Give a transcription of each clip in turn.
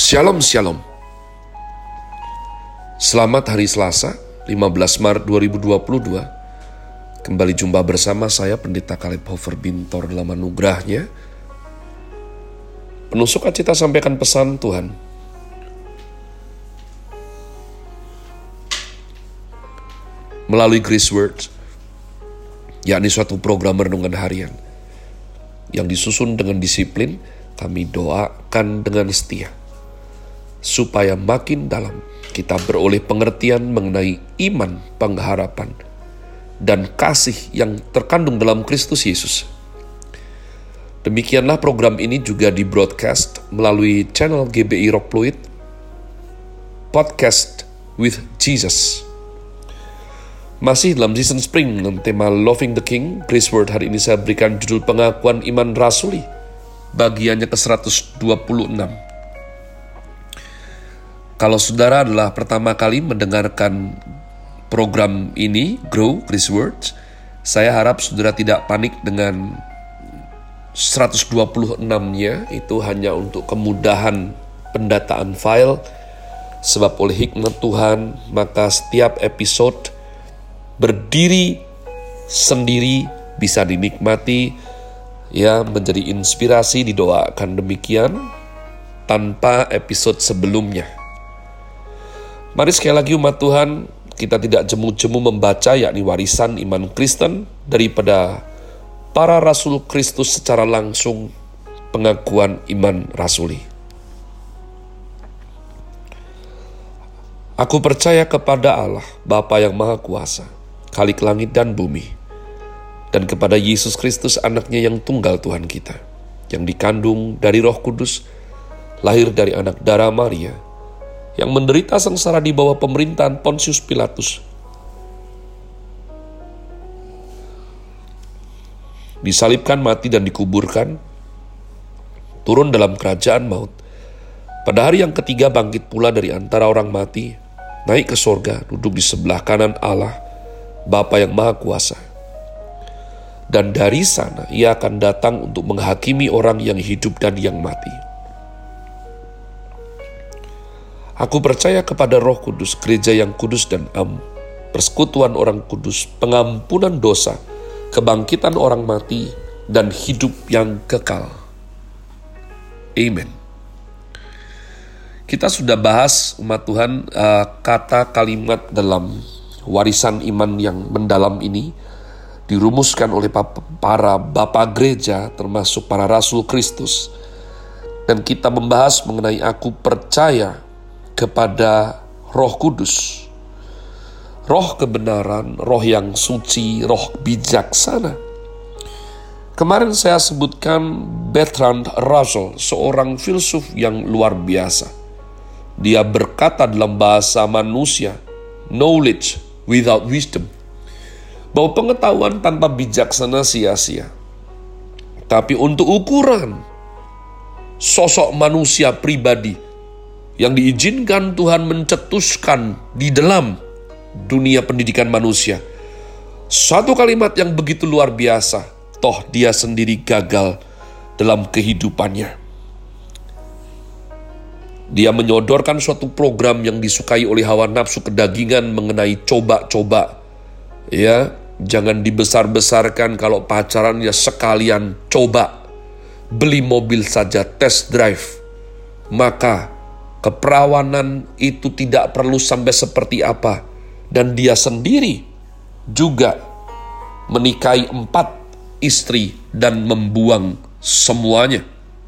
Shalom Shalom. Selamat hari Selasa 15 Maret 2022. Kembali jumpa bersama saya Pendeta Caleb Hofer Bintor dalam anugerahnya. Penuh sukacita sampaikan pesan Tuhan. Melalui Grace Word, yakni suatu program renungan harian yang disusun dengan disiplin, kami doakan dengan setia supaya makin dalam kita beroleh pengertian mengenai iman, pengharapan, dan kasih yang terkandung dalam Kristus Yesus. Demikianlah program ini juga di-broadcast melalui channel GBI Rock Fluid, Podcast with Jesus. Masih dalam season spring dengan tema Loving the King, Grace Word hari ini saya berikan judul pengakuan iman rasuli, bagiannya ke-126. Kalau saudara adalah pertama kali mendengarkan program ini, Grow Grace Words, saya harap saudara tidak panik dengan 126-nya, itu hanya untuk kemudahan pendataan file, sebab oleh hikmat Tuhan, maka setiap episode berdiri sendiri bisa dinikmati, ya, menjadi inspirasi, didoakan demikian tanpa episode sebelumnya. Mari sekali lagi umat Tuhan, kita tidak jemu-jemu membaca yakni warisan iman Kristen daripada para rasul Kristus secara langsung, pengakuan iman rasuli. Aku percaya kepada Allah, Bapa yang Maha Kuasa, Khalik langit dan bumi, dan kepada Yesus Kristus anaknya yang tunggal Tuhan kita, yang dikandung dari Roh Kudus, lahir dari anak darah Maria, yang menderita sengsara di bawah pemerintahan Pontius Pilatus, disalibkan, mati dan dikuburkan, turun dalam kerajaan maut, pada hari yang ketiga bangkit pula dari antara orang mati, naik ke sorga, duduk di sebelah kanan Allah, Bapa yang Maha Kuasa. Dan dari sana ia akan datang untuk menghakimi orang yang hidup dan yang mati. Aku percaya kepada Roh Kudus, gereja yang kudus dan persekutuan orang kudus, pengampunan dosa, kebangkitan orang mati, dan hidup yang kekal. Amen. Kita sudah bahas umat Tuhan kata kalimat dalam warisan iman yang mendalam ini dirumuskan oleh para bapak gereja termasuk para rasul Kristus. Dan kita membahas mengenai aku percaya kepada Roh Kudus, Roh kebenaran, Roh yang suci, Roh bijaksana. Kemarin saya sebutkan Bertrand Russell, seorang filsuf yang luar biasa. Dia berkata dalam bahasa manusia, knowledge without wisdom, bahwa pengetahuan tanpa bijaksana sia-sia. Tapi untuk ukuran sosok manusia pribadi yang diizinkan Tuhan mencetuskan di dalam dunia pendidikan manusia, satu kalimat yang begitu luar biasa, toh dia sendiri gagal dalam kehidupannya. Dia menyodorkan suatu program yang disukai oleh hawa nafsu kedagingan mengenai coba-coba. Ya, jangan dibesar-besarkan, kalau pacaran ya sekalian coba. Beli mobil saja test drive. Maka keperawanan itu tidak perlu sampai seperti apa. Dan dia sendiri juga menikahi 4 istri dan membuang semuanya.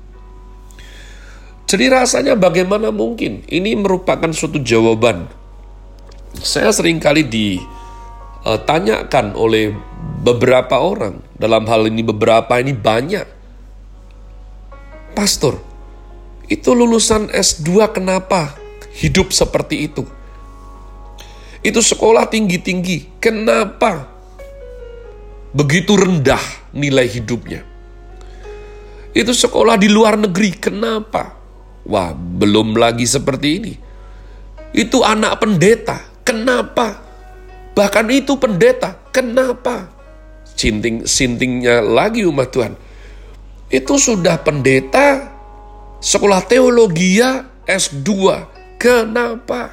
Jadi rasanya bagaimana mungkin? Ini merupakan suatu jawaban. Saya seringkali ditanyakan oleh beberapa orang. Dalam hal ini beberapa, ini banyak. Pastor, itu lulusan S2 kenapa hidup seperti itu? Itu sekolah tinggi-tinggi, kenapa begitu rendah nilai hidupnya? Itu sekolah di luar negeri, kenapa? Wah, belum lagi seperti ini. Itu anak pendeta, kenapa? Bahkan itu pendeta, kenapa? Sintingnya lagi umat Tuhan. Itu sudah pendeta, sekolah teologi, S2. Kenapa?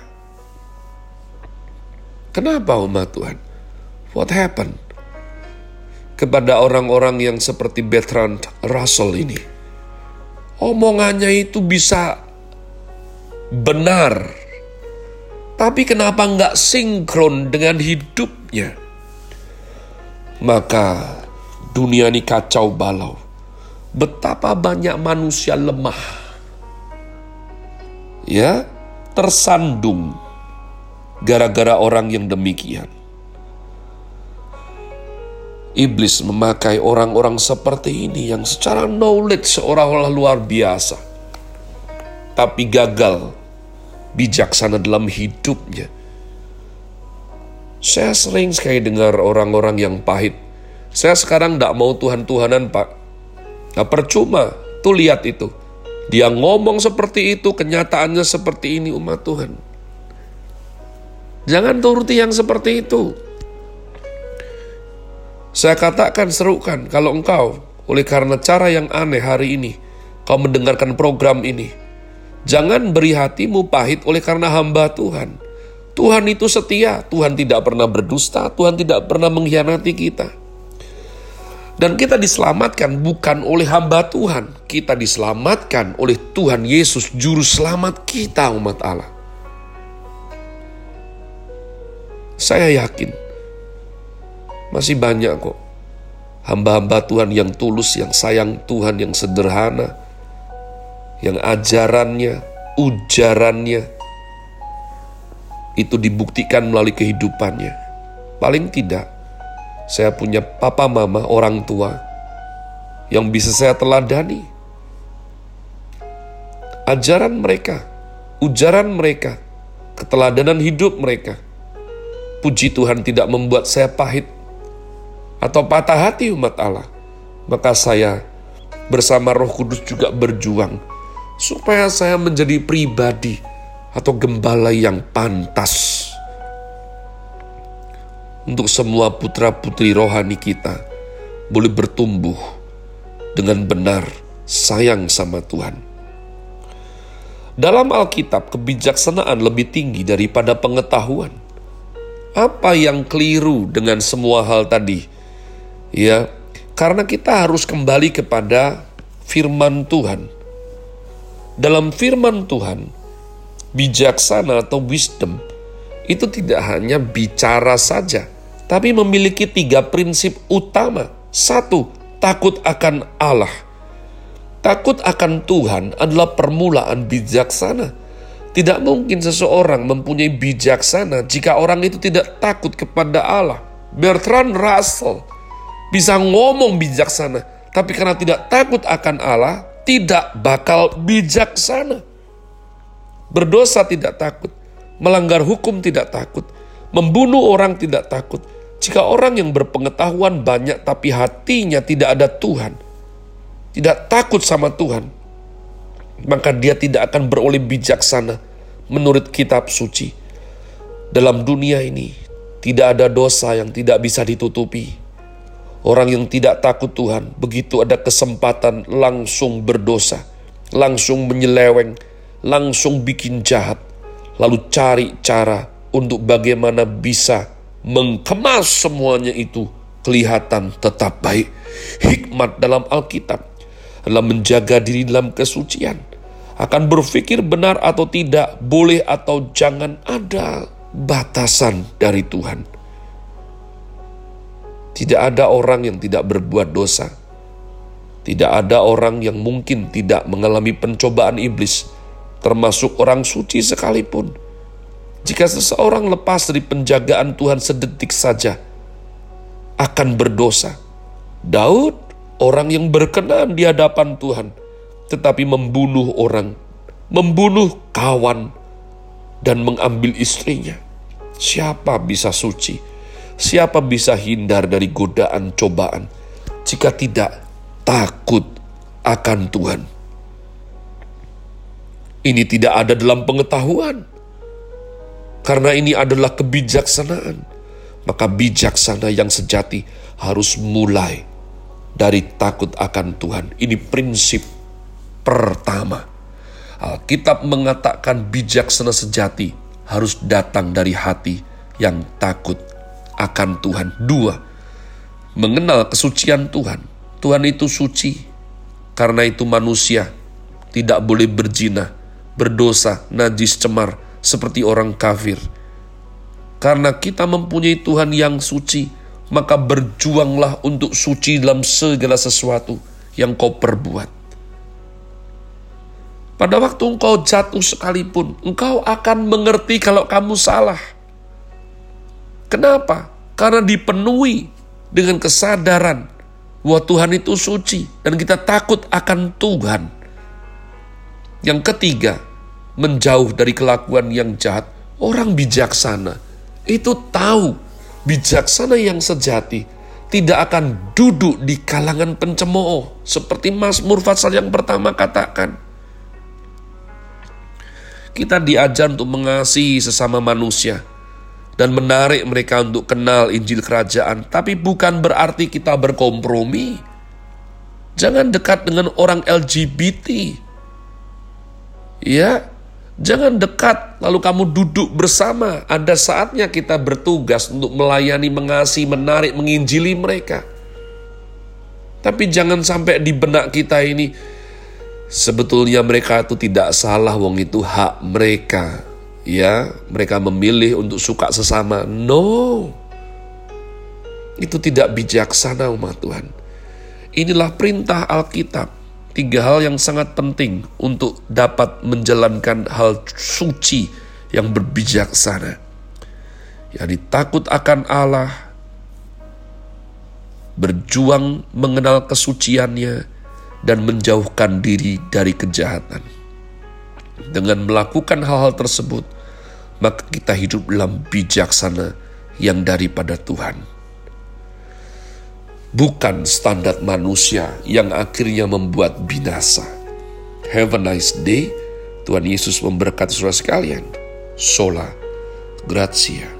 Kenapa umat Tuhan? What happened? Kepada orang-orang yang seperti Bertrand Russell ini. Omongannya itu bisa benar. Tapi kenapa nggak sinkron dengan hidupnya? Maka dunia ini kacau balau. Betapa banyak manusia lemah. Ya, tersandung gara-gara orang yang demikian. Iblis memakai orang-orang seperti ini yang secara knowledge seolah-olah luar biasa, tapi gagal bijaksana dalam hidupnya. Saya sering sekali dengar orang-orang yang pahit. Saya sekarang tidak mau Tuhan-Tuhanan, Pak. Nah, percuma. Tuh lihat itu. Dia ngomong seperti itu, kenyataannya seperti ini, umat Tuhan. Jangan turuti yang seperti itu. Saya katakan, serukan, kalau engkau oleh karena cara yang aneh hari ini, kau mendengarkan program ini, jangan beri hatimu pahit oleh karena hamba Tuhan. Tuhan itu setia, Tuhan tidak pernah berdusta, Tuhan tidak pernah mengkhianati kita. Dan kita diselamatkan bukan oleh hamba Tuhan, kita diselamatkan oleh Tuhan Yesus, Juru Selamat kita, umat Allah. Saya yakin masih banyak kok hamba-hamba Tuhan yang tulus, yang sayang Tuhan, yang sederhana, yang ajarannya, ujarannya itu dibuktikan melalui kehidupannya. Paling tidak, saya punya papa mama, orang tua yang bisa saya teladani. Ajaran mereka, ujaran mereka, keteladanan hidup mereka, puji Tuhan tidak membuat saya pahit atau patah hati, umat Allah. Maka saya bersama Roh Kudus juga berjuang supaya saya menjadi pribadi atau gembala yang pantas untuk semua putra-putri rohani kita boleh bertumbuh dengan benar sayang sama Tuhan. Dalam Alkitab, kebijaksanaan lebih tinggi daripada pengetahuan. Apa yang keliru dengan semua hal tadi? Ya, karena kita harus kembali kepada firman Tuhan. Dalam firman Tuhan, bijaksana atau wisdom itu tidak hanya bicara saja, tapi memiliki 3 prinsip utama. 1, takut akan Allah. Takut akan Tuhan adalah permulaan bijaksana. Tidak mungkin seseorang mempunyai bijaksana jika orang itu tidak takut kepada Allah. Bertrand Russell bisa ngomong bijaksana, tapi karena tidak takut akan Allah, tidak bakal bijaksana. Berdosa tidak takut, melanggar hukum tidak takut, membunuh orang tidak takut. Jika orang yang berpengetahuan banyak tapi hatinya tidak ada Tuhan, tidak takut sama Tuhan, maka dia tidak akan beroleh bijaksana menurut kitab suci. Dalam dunia ini tidak ada dosa yang tidak bisa ditutupi. Orang yang tidak takut Tuhan, begitu ada kesempatan langsung berdosa, langsung menyeleweng, langsung bikin jahat, lalu cari cara untuk bagaimana bisa mengemas semuanya itu kelihatan tetap baik. Hikmat dalam Alkitab adalah menjaga diri dalam kesucian. Akan berpikir benar atau tidak, boleh atau jangan, ada batasan dari Tuhan. Tidak ada orang yang tidak berbuat dosa. Tidak ada orang yang mungkin tidak mengalami pencobaan iblis, termasuk orang suci sekalipun. Jika seseorang lepas dari penjagaan Tuhan sedetik saja, akan berdosa. Daud, orang yang berkenan di hadapan Tuhan, tetapi membunuh orang, membunuh kawan, dan mengambil istrinya. Siapa bisa suci? Siapa bisa hindar dari godaan cobaan jika tidak takut akan Tuhan? Ini tidak ada dalam pengetahuan, karena ini adalah kebijaksanaan. Maka bijaksana yang sejati harus mulai dari takut akan Tuhan. Ini prinsip pertama. Alkitab mengatakan bijaksana sejati harus datang dari hati yang takut akan Tuhan. 2, mengenal kesucian Tuhan. Tuhan itu suci, karena itu manusia tidak boleh berzina, berdosa, najis, cemar seperti orang kafir. Karena kita mempunyai Tuhan yang suci, maka berjuanglah untuk suci dalam segala sesuatu yang kau perbuat. Pada waktu engkau jatuh sekalipun, engkau akan mengerti kalau kamu salah. Kenapa? Karena dipenuhi dengan kesadaran bahwa Tuhan itu suci dan kita takut akan Tuhan. Yang ketiga, menjauh dari kelakuan yang jahat. Orang bijaksana itu tahu bijaksana yang sejati tidak akan duduk di kalangan pencemooh. Seperti Mazmur pasal yang pertama katakan. Kita diajar untuk mengasihi sesama manusia dan menarik mereka untuk kenal Injil Kerajaan. Tapi bukan berarti kita berkompromi. Jangan dekat dengan orang LGBT. Ya, jangan dekat lalu kamu duduk bersama. Ada saatnya kita bertugas untuk melayani, mengasihi, menarik, menginjili mereka. Tapi jangan sampai di benak kita ini, sebetulnya mereka itu tidak salah, wong itu hak mereka. Ya, mereka memilih untuk suka sesama. No, itu tidak bijaksana umat Tuhan. Inilah perintah Alkitab. 3 hal yang sangat penting untuk dapat menjalankan hal suci yang berbijaksana. yakni takut akan Allah, berjuang mengenal kesuciannya, dan menjauhkan diri dari kejahatan. Dengan melakukan hal-hal tersebut, maka kita hidup dalam bijaksana yang daripada Tuhan. Bukan standar manusia yang akhirnya membuat binasa. Have a nice day. Tuhan Yesus memberkati saudara sekalian. Sola Gratia.